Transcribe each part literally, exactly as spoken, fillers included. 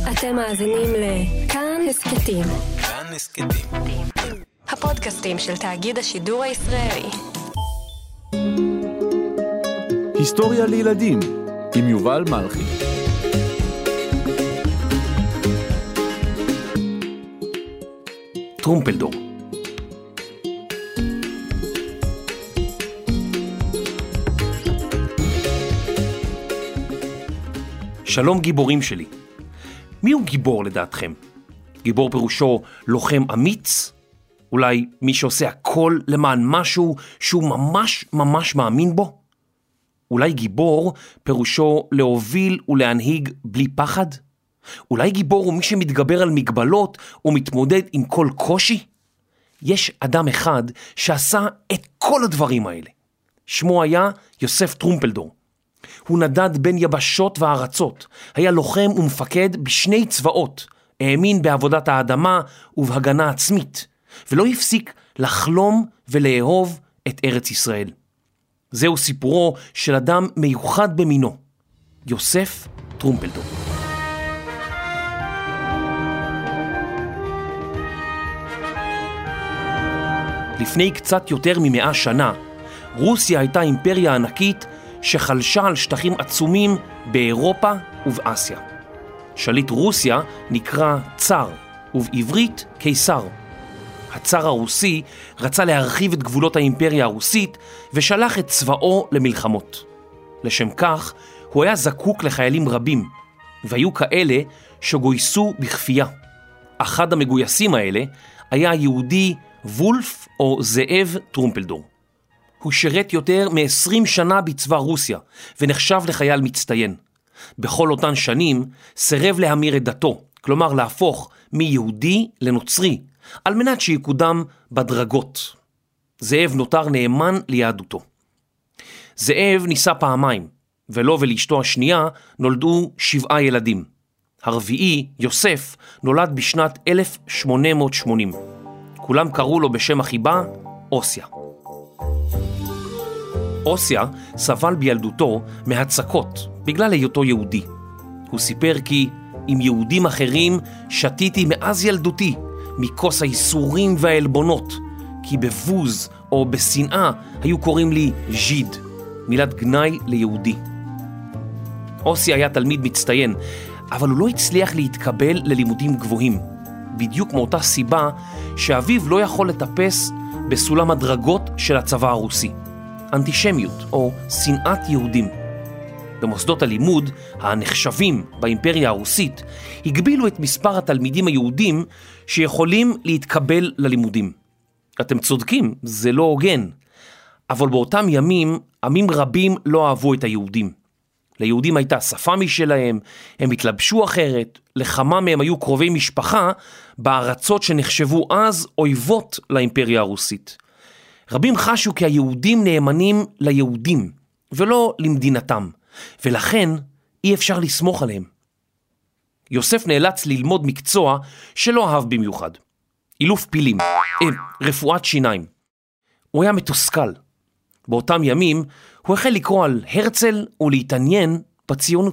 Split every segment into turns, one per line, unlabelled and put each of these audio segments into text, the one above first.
אתם מאזינים לכאן הסקטים.
כאן הסקטים.
הפודקאסטים של תאגיד השידור הישראלי.
היסטוריה לילדים עם יובל מלכי.
טרומפלדור. שלום גיבורים שלי. מי הוא גיבור לדעתכם? גיבור פירושו לוחם אמיץ? אולי מי שעושה הכל למען משהו שהוא ממש ממש מאמין בו? אולי גיבור פירושו להוביל ולהנהיג בלי פחד? אולי גיבור הוא מי שמתגבר על מגבלות ומתמודד עם כל קושי? יש אדם אחד שעשה את כל הדברים האלה. שמו היה יוסף טרומפלדור. הוא נדד בין יבשות וארצות, היה לוחם ומפקד בשני צבאות, האמין בעבודת האדמה ובהגנה עצמית, ולא הפסיק לחלום ולאהוב את ארץ ישראל. זהו סיפורו של אדם מיוחד במינו, יוסף טרומפלדור. לפני קצת יותר ממאה שנה, רוסיה הייתה אימפריה ענקית שחלשה על שטחים עצומים באירופה ובאסיה. שליט רוסיה נקרא צאר, ובעברית קיסר. הצאר הרוסי רצה להרחיב את גבולות האימפריה הרוסית ושלח את צבאו למלחמות. לשם כך הוא היה זקוק לחיילים רבים, והיו כאלה שגויסו בכפייה. אחד המגויסים האלה היה יהודי וולף או זאב טרומפלדור. הוא שירת יותר מ-עשרים שנה בצבא רוסיה, ונחשב לחייל מצטיין. בכל אותן שנים סירב להמיר את דתו, כלומר להפוך מיהודי לנוצרי, על מנת שיקודם בדרגות. זאב נותר נאמן ליהדותו. זאב ניסה פעמיים, ולו ולאשתו השנייה נולדו שבעה ילדים. הרביעי, יוסף, נולד בשנת אלף שמונה מאות ושמונים. כולם קראו לו בשם החיבה אוסיה. אוסיה סבל בילדותו מהצקות בגלל היותו יהודי. הוא סיפר כי עם יהודים אחרים שתיתי מאז ילדותי מכוס האיסורים והעלבונות, כי בבוז או בשנאה היו קוראים לי ז'יד, מילת גנאי ליהודי. אוסיה היה תלמיד מצטיין, אבל הוא לא הצליח להתקבל ללימודים גבוהים, בדיוק מאותה סיבה שאביו לא יכול לטפס בסולם הדרגות של הצבא הרוסי. אנטישמיות או שנאת יהודים. במוסדות הלימוד הנחשבים באימפריה הרוסית הגבילו את מספר התלמידים היהודים שיכולים להתקבל ללימודים. אתם צודקים, זה לא הוגן. אבל באותם ימים עמים רבים לא אהבו את היהודים. ליהודים הייתה שפה משלהם, הם התלבשו אחרת, לכמה מהם היו קרובי משפחה בארצות שנחשבו אז אויבות לאימפריה הרוסית. רבים חשו כי היהודים נאמנים ליהודים, ולא למדינתם, ולכן אי אפשר לסמוך עליהם. יוסף נאלץ ללמוד מקצוע שלא אהב במיוחד. אילוף פילים, אה, רפואת שיניים. הוא היה מתוסכל. באותם ימים הוא החל לקרוא על הרצל ולהתעניין בציונות.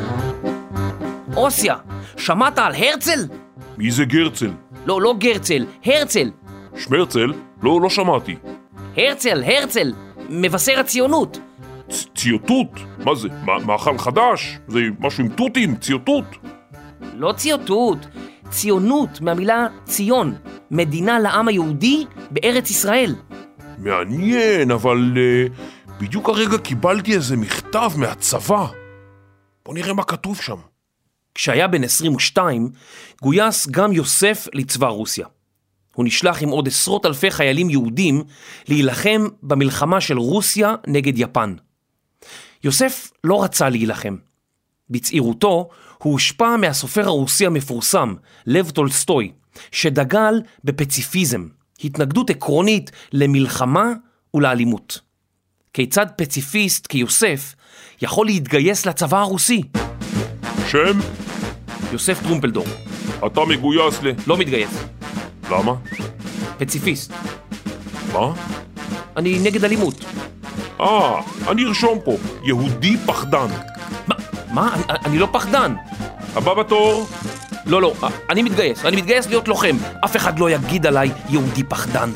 אוסיה, שמעת על הרצל?
מי זה גרצל?
לא, לא גרצל, הרצל.
שמרצל? לא, לא שמעתי.
הרצל, הרצל, מבשר הציונות.
צ- ציוטות? מה זה? מה, מאכל חדש? זה משהו עם תותים, ציוטות?
לא ציוטות, ציונות מהמילה ציון, מדינה לעם היהודי בארץ ישראל.
מעניין, אבל uh, בדיוק הרגע קיבלתי איזה מכתב מהצבא. בוא נראה מה כתוב שם.
כשהיה בן עשרים ושתיים, גויס גם יוסף לצבא רוסיה. הוא נשלח עם עוד עשרות אלפי חיילים יהודים להילחם במלחמה של רוסיה נגד יפן. יוסף לא רצה להילחם. בצעירותו הוא הושפע מהסופר הרוסי המפורסם, לב טולסטוי, שדגל בפציפיזם, התנגדות עקרונית למלחמה ולאלימות. כיצד פציפיסט כיוסף יכול להתגייס לצבא הרוסי?
שם?
יוסף טרומפלדור.
אתה מגויס ל...
לא מתגייס.
למה?
פציפיסט.
מה?
אני נגד אלימות.
אה, אני ארשום פה, יהודי פחדן.
מה? מה? אני, אני לא פחדן.
הבא בתור.
לא, לא, אני מתגייס, אני מתגייס להיות לוחם. אף אחד לא יגיד עליי יהודי פחדן.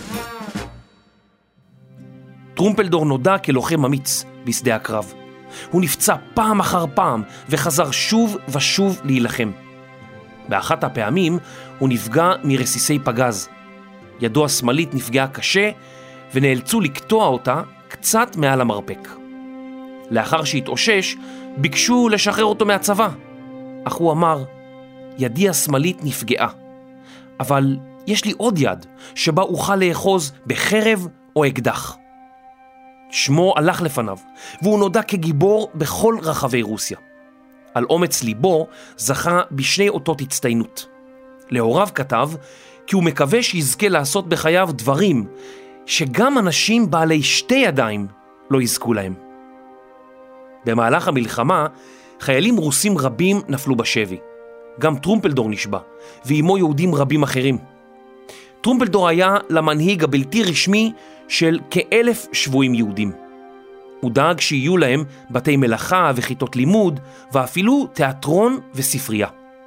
טרומפלדור נודע כלוחם אמיץ בשדה הקרב. הוא נפצע פעם אחר פעם וחזר שוב ושוב להילחם. באחת הפעמים הוא נפגע מרסיסי פגז. ידו השמאלית נפגעה קשה ונאלצו לקטוע אותה קצת מעל המרפק. לאחר שהתאושש ביקשו לשחרר אותו מהצבא, אך הוא אמר, ידי השמאלית נפגעה, אבל יש לי עוד יד שבה אוכל לאחוז בחרב או אקדח. שמו הלך לפניו, והוא נודע כגיבור בכל רחבי רוסיה. על אומץ ליבו זכה בשני אותות הצטיינות. להוריו כתב כי הוא מקווה שיזכה לעשות בחייו דברים שגם אנשים בעלי שתי ידיים לא יזכו להם. במהלך המלחמה חיילים רוסים רבים נפלו בשבי. גם טרומפלדור נשבע, ועמו יהודים רבים אחרים. טרומפלדור היה למנהיג הבלתי רשמי של כאלף שבויים יהודים. הוא דאג שיהיו להם בתי מלאכה וכיתות לימוד, ואפילו תיאטרון וספרייה.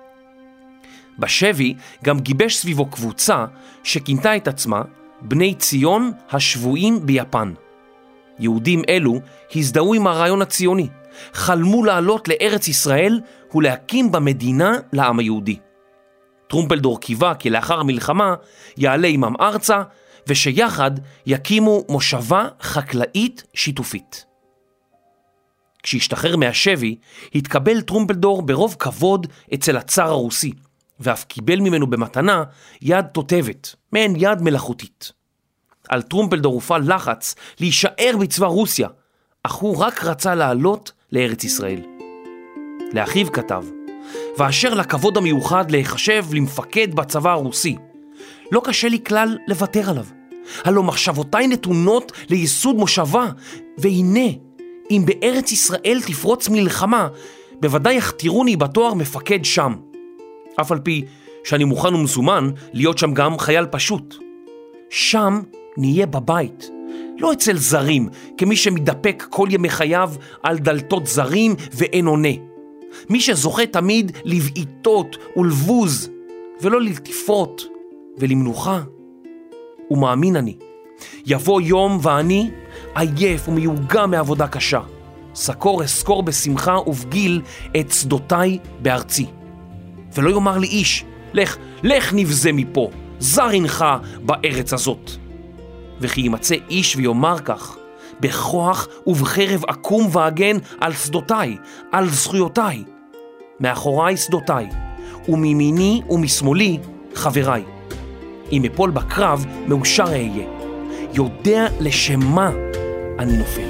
בשבי גם גיבש סביבו קבוצה שכינתה את עצמה בני ציון השבויים ביפן. יהודים אלו הזדהו עם הרעיון הציוני, חלמו לעלות לארץ ישראל ולהקים במדינה לעם היהודי. טרומפלדור קיווה כי לאחר המלחמה יעלה עמם ארצה, ושיחד יקימו מושבה חקלאית שיתופית. כשהשתחרר מהשבי, התקבל טרומפלדור ברוב כבוד אצל הצאר הרוסי, ואף קיבל ממנו במתנה יד תותבת, מעין יד מלאכותית. על טרומפלדור הופעל לחץ להישאר בצבא רוסיה, אך הוא רק רצה לעלות לארץ ישראל. לאחיו כתב, ואשר לכבוד המיוחד להיחשב למפקד בצבא הרוסי, לא קשה לי כלל לוותר עליו. הלא מחשבותיי נתונות ליסוד מושבה, והנה, אם בארץ ישראל תפרוץ מלחמה, בוודאי יכתירוני בתואר מפקד שם. אף על פי שאני מוכן ומזומן להיות שם גם חייל פשוט. שם נהיה בבית, לא אצל זרים, כמי שמדפק כל ימי חייו על דלתות זרים ואין עונה. מי שזוכה תמיד לבעיטות ולבוז, ולא ללטיפות ולמנוחה. ומאמין אני, יבוא יום ואני עייף ומיוגע מעבודה קשה, סקור אסקור בשמחה ובגיל את שדותיי בארצי. ולא יאמר לי איש, לך, לך נבזה מפה, זר אינך בארץ הזאת. וכי ימצא איש ויאמר כך, בכוח ובחרב אקום ואגן על שדותיי, על זכויותיי. מאחוריי שדותיי, ומימיני ומשמאלי חבריי. אם אפול בקרב מאושר אהיה, יודע לשמה אני נופל.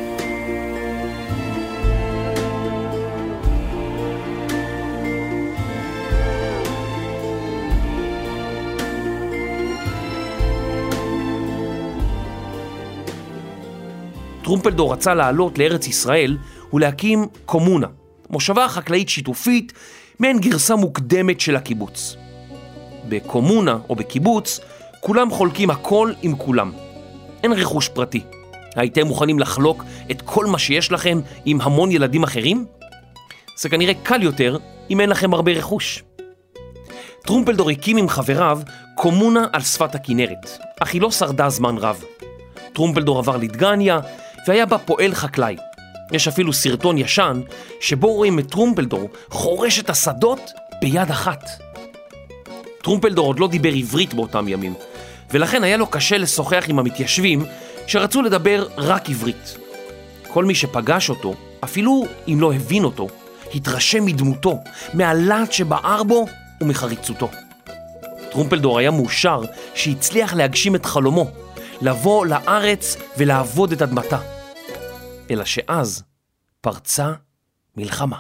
טרומפלדור רצה לעלות לארץ ישראל ולהקים קומונה, מושבה חקלאית שיתופית, מעין גרסה מוקדמת של הקיבוץ. בקומונה או בקיבוץ, כולם חולקים הכל עם כולם. אין רכוש פרטי. הייתם מוכנים לחלוק את כל מה שיש לכם עם המון ילדים אחרים? זה כנראה קל יותר אם אין לכם הרבה רכוש. טרומפלדור הקים עם חבריו קומונה על שפת הכנרת, אך היא לא שרדה זמן רב. טרומפלדור עבר לדגניה והיה בה פועל חקלאי. יש אפילו סרטון ישן שבו רואים את טרומפלדור חורש את השדות ביד אחת. טרומפלדור עוד לא דיבר עברית באותם ימים, ולכן היה לו קשה לשוחח עם המתיישבים שרצו לדבר רק עברית. כל מי שפגש אותו, אפילו אם לא הבין אותו, התרשם מדמותו, מהלהט שבער בו ומחריצותו. טרומפלדור היה מאושר שהצליח להגשים את חלומו, לבוא לארץ ולעבוד את אדמתה. אלא שאז פרצה מלחמה.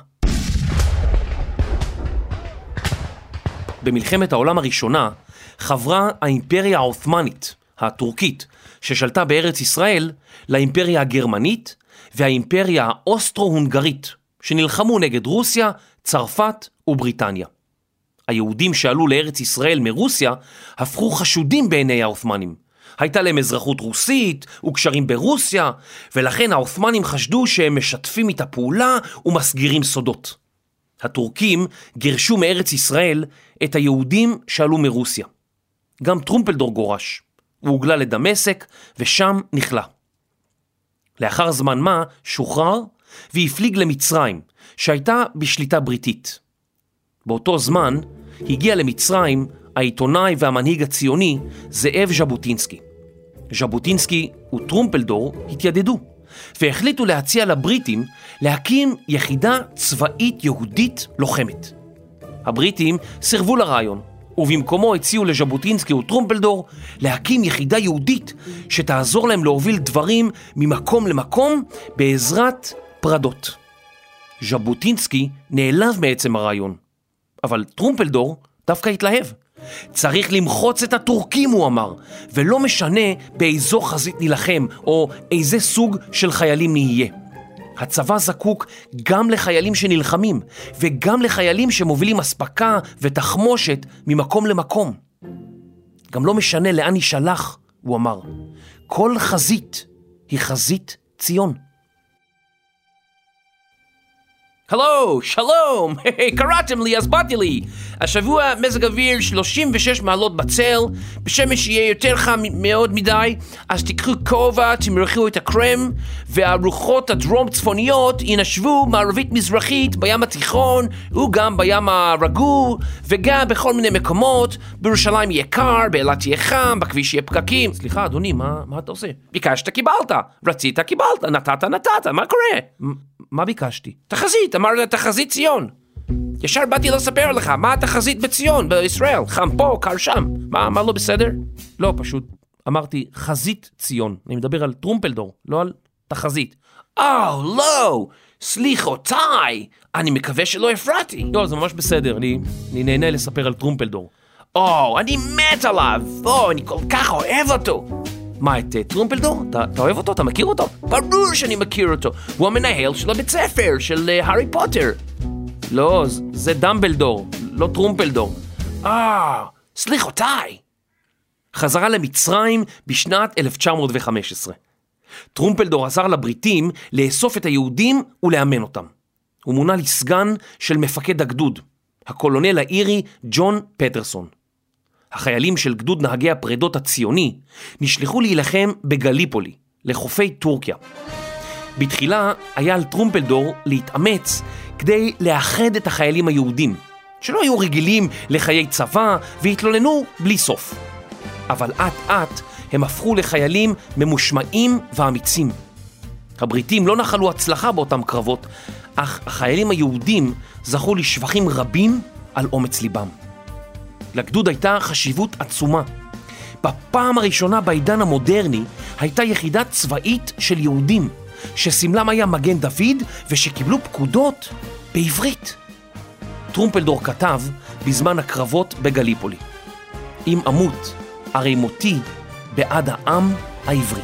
במלחמת העולם הראשונה חברה האימפריה העות'מאנית, הטורקית, ששלטה בארץ ישראל, לאימפריה הגרמנית והאימפריה האוסטרו-הונגרית, שנלחמו נגד רוסיה, צרפת ובריטניה. היהודים שעלו לארץ ישראל מרוסיה הפכו חשודים בעיני העות'מאנים. הייתה להם אזרחות רוסית וקשרים ברוסיה, ולכן העות'מאנים חשדו שהם משתפים איתה פעולה ומסגירים סודות. הטורקים גירשו מארץ ישראל את היהודים שעלו מרוסיה. גם טרומפלדור גורש. הוא הוגלה לדמשק ושם נכלה. לאחר זמן מה שוחרר והפליג למצרים, שהייתה בשליטה בריטית. באותו זמן הגיע למצרים העיתונאי והמנהיג הציוני זאב ז'בוטינסקי. ז'בוטינסקי וטרומפלדור התיידדו, והחליטו להציע לבריטים להקים יחידה צבאית יהודית לוחמת. הבריטים סירבו לרעיון, ובמקומו הציעו לז'בוטינסקי וטרומפלדור להקים יחידה יהודית שתעזור להם להוביל דברים ממקום למקום בעזרת פרדות. ז'בוטינסקי נעלב מעצם הרעיון, אבל טרומפלדור דווקא התלהב. צריך למחוץ את הטורקים, הוא אמר, ולא משנה באיזו חזית נלחם או איזה סוג של חיילים נהיה. הצבא זקוק גם לחיילים שנלחמים וגם לחיילים שמובילים אספקה ותחמושת ממקום למקום. גם לא משנה לאן יישלח, הוא אמר. כל חזית היא חזית ציון.
הלו, שלום, קראתם לי, אז באתי לי. השבוע מזג אוויר שלושים ושש מעלות בצל, בשמש יהיה יותר חם מאוד מדי, אז תיקחו כובע, תמרחו את הקרם, והרוחות הדרום צפוניות ינשבו מערבית מזרחית בים התיכון, וגם בים הרגוע, וגם בכל מיני מקומות. בירושלים יהיה קר, באילת יהיה חם, בכביש יהיה פקקים.
סליחה, אדוני, מה, מה אתה עושה?
ביקשת, קיבלת. רצית, קיבלת. נתת, נתת. מה קורה?
מה ביקשתי?
תחזית, אמרת תחזית ציון. ישר באתי לספר לך, מה התחזית בציון, בישראל? חם פה, קר שם. מה, מה לא בסדר?
לא, פשוט אמרתי חזית ציון. אני מדבר על טרומפלדור, לא על תחזית.
אה, לא! סליחותיי! אני מקווה שלא הפרעתי.
לא, זה ממש בסדר, אני, אני נהנה לספר על טרומפלדור.
או, אני מת עליו! או, אני כל כך אוהב אותו!
מה, את טרומפלדור? אתה, אתה אוהב אותו? אתה מכיר אותו?
ברור שאני מכיר אותו. הוא המנהל של הבית ספר, של uh, הארי פוטר.
לא, זה דמבלדור, לא טרומפלדור.
אה, סליחותיי.
חזרה למצרים בשנת אלף תשע מאות וחמש עשרה. טרומפלדור עזר לבריטים לאסוף את היהודים ולאמן אותם. הוא מונה לסגן של מפקד הגדוד, הקולונל האירי ג'ון פטרסון. החיילים של גדוד נהגי הפרדות הציוני נשלחו להילחם בגליפולי, לחופי טורקיה. בתחילה היה על טרומפלדור להתאמץ כדי לאחד את החיילים היהודים, שלא היו רגילים לחיי צבא והתלוננו בלי סוף. אבל עט עט הם הפכו לחיילים ממושמעים ואמיצים. הבריטים לא נחלו הצלחה באותם קרבות, אך החיילים היהודים זכו לשבחים רבים על אומץ ליבם. לגדוד הייתה חשיבות עצומה. בפעם הראשונה בעידן המודרני הייתה יחידה צבאית של יהודים, שסמלם היה מגן דוד ושקיבלו פקודות בעברית. טרומפלדור כתב בזמן הקרבות בגליפולי: אם אמות, הרי מותי בעד העם העברי.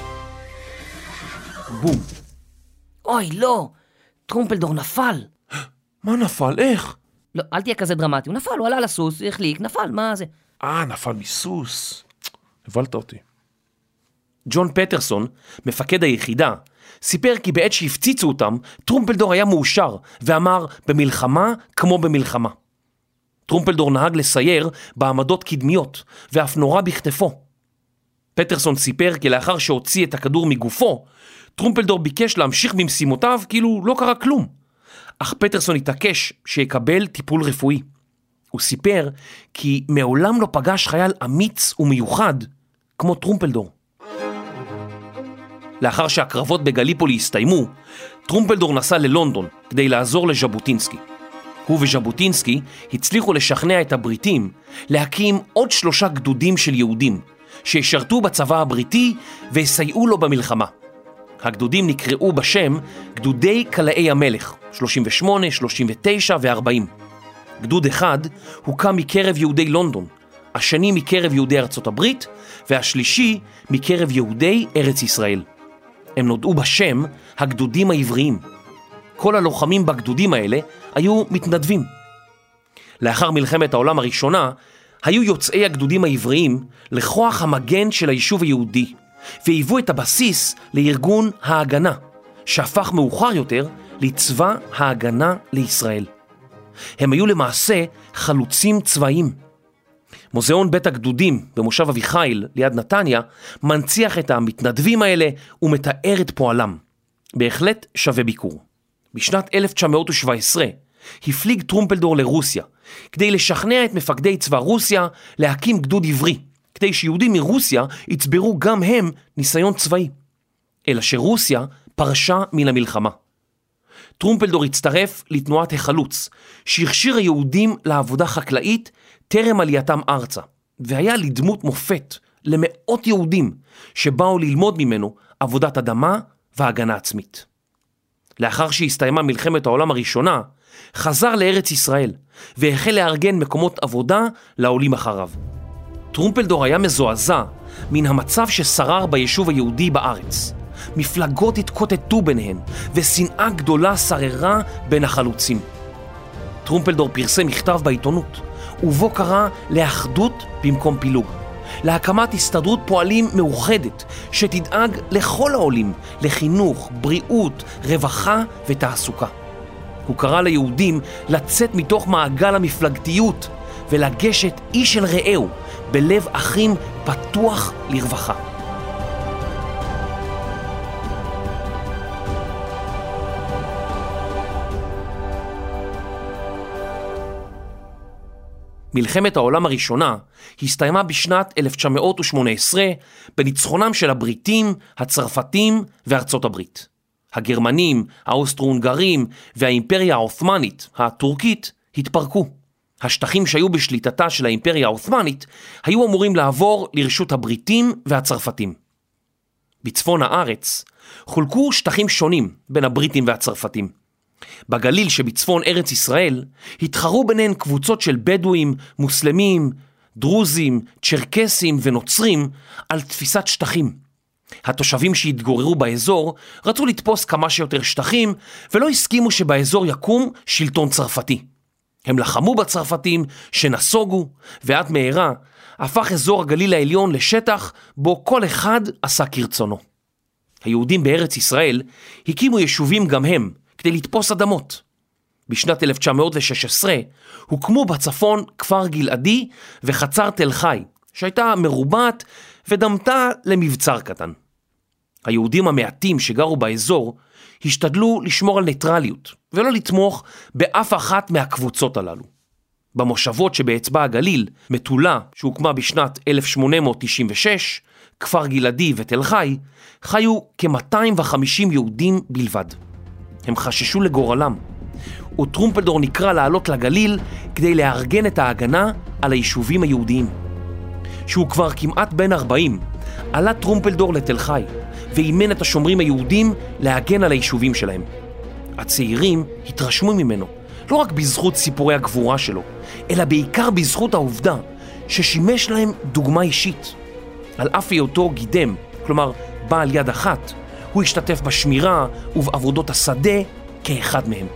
בום.
אוי, לא, טרומפלדור נפל.
מה נפל? איך?
לא, אל תהיה כזה דרמטי, הוא נפל, הוא עלה לסוס, החליק, נפל, מה זה?
אה, נפל מסוס. הבלת אותי.
ג'ון פטרסון, מפקד היחידה, סיפר כי בעת שהפציצו אותם, טרומפלדור היה מאושר, ואמר, במלחמה כמו במלחמה. טרומפלדור נהג לסייר בעמדות קדמיות, ואף נורא בכתפו. פטרסון סיפר כי לאחר שהוציא את הכדור מגופו, טרומפלדור ביקש להמשיך במשימותיו כאילו לא קרה כלום. אך פטרסון התעקש שיקבל טיפול רפואי. הוא סיפר כי מעולם לא פגש חייל אמיץ ומיוחד כמו טרומפלדור. לאחר שהקרבות בגליפולי הסתיימו, טרומפלדור נסע ללונדון כדי לעזור לז'בוטינסקי. הוא וז'בוטינסקי הצליחו לשכנע את הבריטים להקים עוד שלושה גדודים של יהודים שישרתו בצבא הבריטי ויסייעו לו במלחמה. הגדודים נקראו בשם גדודי קלעי המלך, שלושים ושמונה, שלושים ותשע ו-ארבעים. גדוד אחד הוקם מקרב יהודי לונדון, השני מקרב יהודי ארצות הברית, והשלישי מקרב יהודי ארץ ישראל. הם נודעו בשם הגדודים העבריים. כל הלוחמים בגדודים האלה היו מתנדבים. לאחר מלחמת העולם הראשונה, היו יוצאי הגדודים העבריים לכוח המגן של היישוב היהודי, והיוו את הבסיס לארגון ההגנה, שהפך מאוחר יותר לצבא ההגנה לישראל. הם היו למעשה חלוצים צבאיים. מוזיאון בית הגדודים במושב אביחיל ליד נתניה מנציח את המתנדבים האלה ומתאר את פועלם. בהחלט שווה ביקור. בשנת אלף תשע מאות שבע עשרה הפליג טרומפלדור לרוסיה כדי לשכנע את מפקדי צבא רוסיה להקים גדוד עברי, כדי שיהודים מרוסיה יצברו גם הם ניסיון צבאי. אלא שרוסיה פרשה מן המלחמה. טרומפלדור הצטרף לתנועת החלוץ, שהכשיר היהודים לעבודה חקלאית טרם עלייתם ארצה, והיה לדמות מופת למאות יהודים שבאו ללמוד ממנו עבודת אדמה והגנה עצמית. לאחר שהסתיימה מלחמת העולם הראשונה, חזר לארץ ישראל, והחל לארגן מקומות עבודה לעולים אחריו. טרומפלדור היה מזועזע מן המצב ששרר ביישוב היהודי בארץ. מפלגות התקוטטו ביניהן, ושנאה גדולה שררה בין החלוצים. טרומפלדור פרסם מכתב בעיתונות, ובו קרא לאחדות במקום פילוג, להקמת הסתדרות פועלים מאוחדת, שתדאג לכל העולים, לחינוך, בריאות, רווחה ותעסוקה. הוא קרא ליהודים לצאת מתוך מעגל המפלגתיות, ולגשת איש אל רעהו, בלב אחים פתוח לרווחה. מלחמת העולם הראשונה הסתיימה בשנת אלף תשע מאות שמונה עשרה בניצחונם של הבריטים, הצרפתים וארצות הברית. הגרמנים, האוסטרו-הונגרים והאימפריה העות'מאנית, הטורקית, התפרקו. השטחים שהיו בשליטתה של האימפריה העות'מאנית היו אמורים לעבור לרשות הבריטים והצרפתים. בצפון הארץ חולקו שטחים שונים בין הבריטים והצרפתים. בגליל שבצפון ארץ ישראל התחרו ביניהן קבוצות של בדואים, מוסלמים, דרוזים, צ'רקסים ונוצרים על תפיסת שטחים. התושבים שהתגוררו באזור רצו לתפוס כמה שיותר שטחים ולא הסכימו שבאזור יקום שלטון צרפתי. הם לחמו בצרפתים שנסוגו, ועד מהרה הפך אזור הגליל העליון לשטח בו כל אחד עשה כרצונו. היהודים בארץ ישראל הקימו יישובים גם הם כדי לתפוס אדמות. בשנת אלף תשע מאות ושש עשרה הוקמו בצפון כפר גלעדי וחצר תל חי, שהייתה מרובעת ודמתה למבצר קטן. היהודים המעטים שגרו באזור השתדלו לשמור על ניטרליות ולא לתמוך באף אחת מהקבוצות הללו. במושבות שבאצבע הגליל, מטולה שהוקמה בשנת אלף שמונה מאות תשעים ושש, כפר גלעדי ותל חי, חיו כ-מאתיים וחמישים יהודים בלבד. הם חששו לגורלם, וטרומפלדור נקרא לעלות לגליל כדי לארגן את ההגנה על היישובים היהודיים. שהוא כבר כמעט בן ארבעים, עלה טרומפלדור לתל חי, ואימן את השומרים היהודים להגן על היישובים שלהם. הצעירים התרשמו ממנו, לא רק בזכות סיפורי הגבורה שלו, אלא בעיקר בזכות העובדה ששימש להם דוגמה אישית. על אף היותו גידם, כלומר בעל יד אחת, הוא השתתף בשמירה ובעבודות השדה כאחד מהם.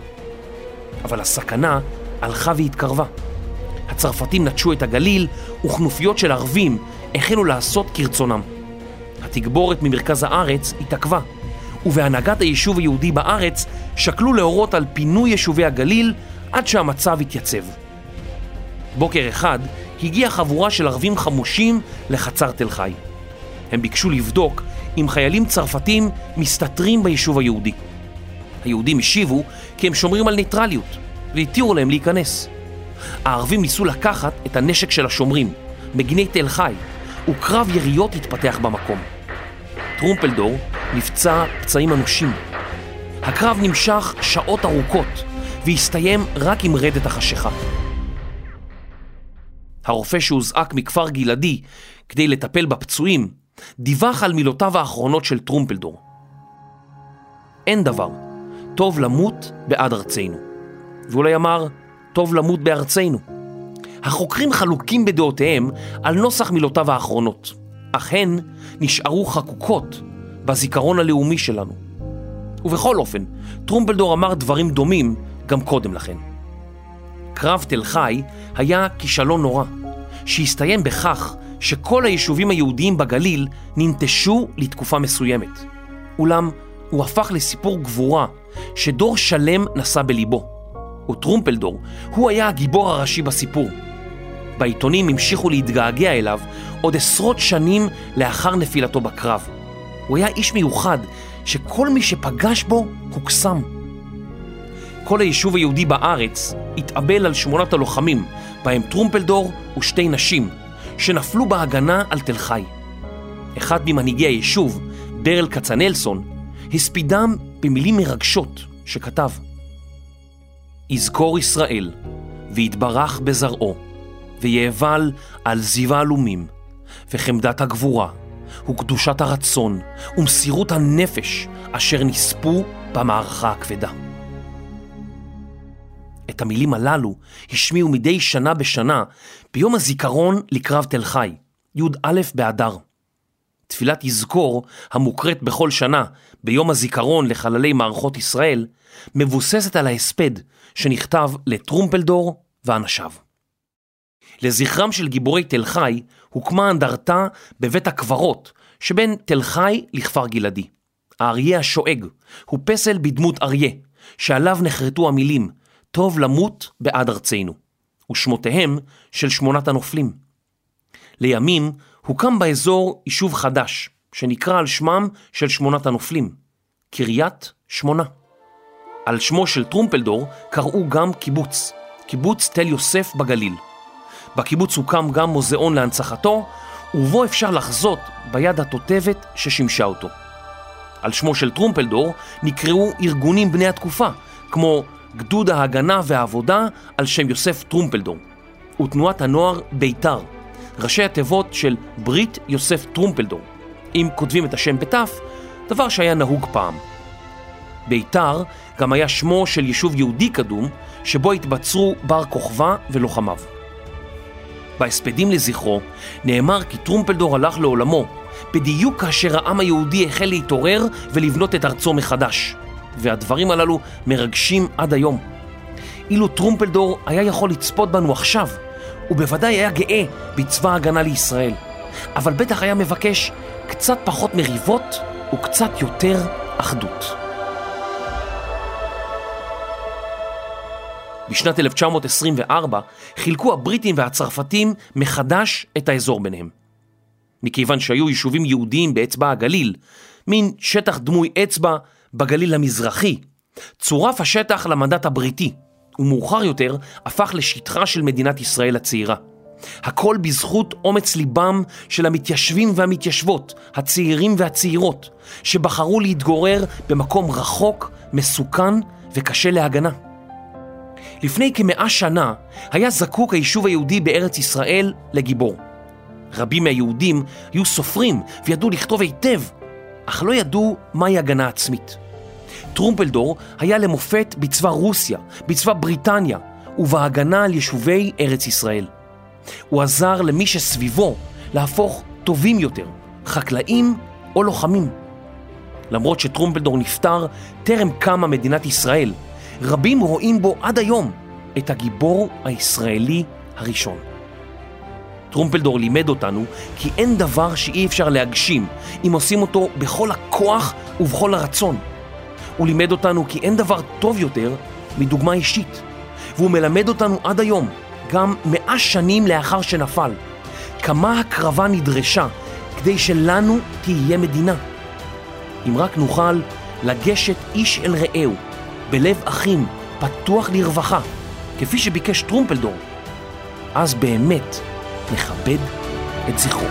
אבל הסכנה הלכה והתקרבה. הצרפתים נטשו את הגליל, וכנופיות של ערבים החלו לעשות כרצונם. התגבורת ממרכז הארץ התעכבה, ובהנהגת היישוב היהודי בארץ שקלו להורות על פינוי יישובי הגליל עד שהמצב התייצב. בוקר אחד הגיעה חבורה של ערבים חמושים לחצר תל חי. הם ביקשו לבדוק אם חיילים צרפתים מסתתרים ביישוב היהודי. היהודים השיבו כי הם שומרים על ניטרליות, והתירו להם להיכנס. הערבים ניסו לקחת את הנשק של השומרים, מגיני תל חי, וקרב יריות התפתח במקום. טרומפלדור נפצע פצעים אנושים. הקרב נמשך שעות ארוכות, והסתיים רק עם רדת החשיכה. הרופא שהוזעק מכפר גלעדי כדי לטפל בפצועים, דיווח על מילותיו האחרונות של טרומפלדור. אין דבר, טוב למות בעד ארצנו. ואולי אמר, טוב למות בארצנו. החוקרים חלוקים בדעותיהם על נוסח מילותיו האחרונות, אך הן נשארו חקוקות בזיכרון הלאומי שלנו. ובכל אופן, טרומפלדור אמר דברים דומים גם קודם לכן. קרב תל חי היה כישלון נורא, שהסתיים בכך שכל היישובים היהודיים בגליל ננטשו לתקופה מסוימת. אולם הוא הפך לסיפור גבורה שדור שלם נשא בליבו, וטרומפלדור הוא היה הגיבור הראשי בסיפור. בעיתונים המשיכו להתגעגע אליו עוד עשרות שנים לאחר נפילתו בקרב. הוא היה איש מיוחד שכל מי שפגש בו הוקסם. כל היישוב היהודי בארץ התאבל על שמונת הלוחמים, בהם טרומפלדור ושתי נשים, שנפלו בהגנה על תל חי. אחד ממנהיגי היישוב, ברל כצנלסון, הספידם במילים מרגשות שכתב: יזכור ישראל ויתברך בזרעו, ויאבל על זיו האלומים, וחמדת הגבורה, וקדושת הרצון, ומסירות הנפש אשר נספו במערכה הכבדה. את המילים הללו השמיעו מדי שנה בשנה ביום הזיכרון לקרב תל חי, י"א באדר. תפילת יזכור המוקראת בכל שנה ביום הזיכרון לחללי מערכות ישראל מבוססת על ההספד שנכתב לטרומפלדור ואנשיו. לזכרם של גיבורי תל חי הוקמה אנדרטה בבית הקברות שבין תל חי לכפר גלעדי. האריה השואג הוא פסל בדמות אריה שעליו נחרטו המילים טוב למות בעד ארצנו, ושמותיהם של שמונת הנופלים. לימים הוקם באזור יישוב חדש שנקרא על שמם של שמונת הנופלים, קריית שמונה. על שמו של טרומפלדור קראו גם קיבוץ, קיבוץ תל יוסף בגליל. בקיבוץ הוקם גם מוזיאון להנצחתו, ובו אפשר לחזות ביד התותבת ששימשה אותו. על שמו של טרומפלדור נקראו ארגונים בני התקופה, כמו גדוד ההגנה והעבודה על שם יוסף טרומפלדור, ותנועת הנוער ביתר, ראשי התיבות של ברית יוסף טרומפלדור, אם כותבים את השם בתף, דבר שהיה נהוג פעם. ביתר גם היה שמו של יישוב יהודי קדום, שבו התבצרו בר כוכבא ולוחמיו. בהספדים לזכרו נאמר כי טרומפלדור הלך לעולמו, בדיוק כאשר העם היהודי החל להתעורר ולבנות את ארצו מחדש, והדברים הללו מרגשים עד היום. אילו טרומפלדור היה יכול לצפות בנו עכשיו, הוא בוודאי היה גאה בצבא ההגנה לישראל, אבל בטח היה מבקש קצת פחות מריבות וקצת יותר אחדות. בשנת אלף תשע מאות עשרים וארבע חילקו הבריטים והצרפתים מחדש את האזור ביניהם. מכיוון שהיו יישובים יהודיים באצבע הגליל, מין שטח דמוי אצבע בגליל המזרחי, צורף השטח למנדט הבריטי, ומאוחר יותר הפך לשטחה של מדינת ישראל הצעירה. הכל בזכות אומץ ליבם של המתיישבים והמתיישבות, הצעירים והצעירות, שבחרו להתגורר במקום רחוק, מסוכן וקשה להגנה. לפני כמאה שנה היה זקוק היישוב היהודי בארץ ישראל לגיבור. רבים מהיהודים היו סופרים וידעו לכתוב היטב, אך לא ידעו מהי הגנה עצמית. טרומפלדור היה למופת בצבא רוסיה, בצבא בריטניה, ובהגנה על יישובי ארץ ישראל. הוא עזר למי שסביבו להפוך טובים יותר, חקלאים או לוחמים. למרות שטרומפלדור נפטר טרם קמה מדינת ישראל, רבים רואים בו עד היום את הגיבור הישראלי הראשון. טרומפלדור לימד אותנו כי אין דבר שאי אפשר להגשים אם עושים אותו בכל הכוח ובכל הרצון. הוא לימד אותנו כי אין דבר טוב יותר מדוגמה אישית, והוא מלמד אותנו עד היום, גם מאה שנים לאחר שנפל, כמה הקרבה נדרשה כדי שלנו תהיה מדינה. אם רק נוכל לגשת איש אל רעהו, בלב אחים, פתוח לרווחה, כפי שביקש טרומפלדור, אז באמת נכבד את זכרו.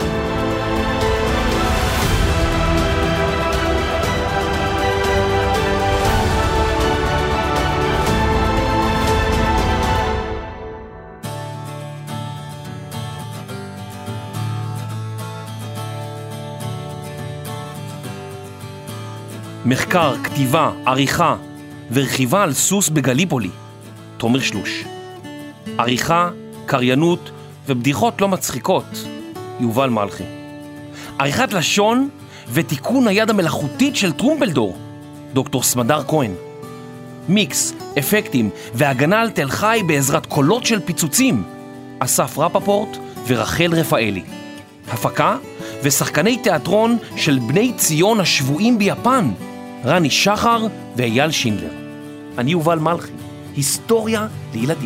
מחקר, כתיבה, עריכה ורכיבה על סוס בגליפולי, תומר שלוש. עריכה, קריינות ובדיחות לא מצחיקות, יובל מלכי. עריכת לשון ותיקון היד המלאכותית של טרומפלדור, דוקטור סמדר כהן. מיקס, אפקטים והגנה על תל חי בעזרת קולות של פיצוצים, אסף רפפורט ורחל רפאלי. הפקה ושחקני תיאטרון של בני ציון השבועים ביפן, רני שחר ואייל שינדלר. אני יובל מלכי. היסטוריה לילדים.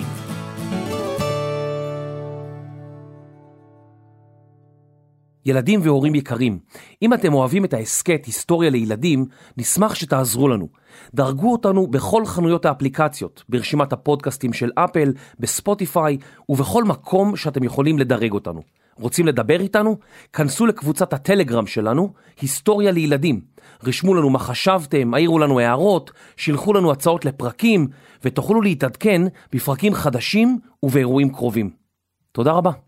ילדים והורים יקרים, אם אתם אוהבים את העסקת היסטוריה לילדים, נשמח שתעזרו לנו. דרגו אותנו בכל חנויות האפליקציות, ברשימת הפודקאסטים של אפל, בספוטיפיי ובכל מקום שאתם יכולים לדרג אותנו. רוצים לדבר איתנו? כנסו לקבוצת הטלגרם שלנו, היסטוריה לילדים. רשמו לנו מה חשבתם, העירו לנו הערות, שילחו לנו הצעות לפרקים, ותוכלו להתעדכן בפרקים חדשים ובאירועים קרובים. תודה רבה.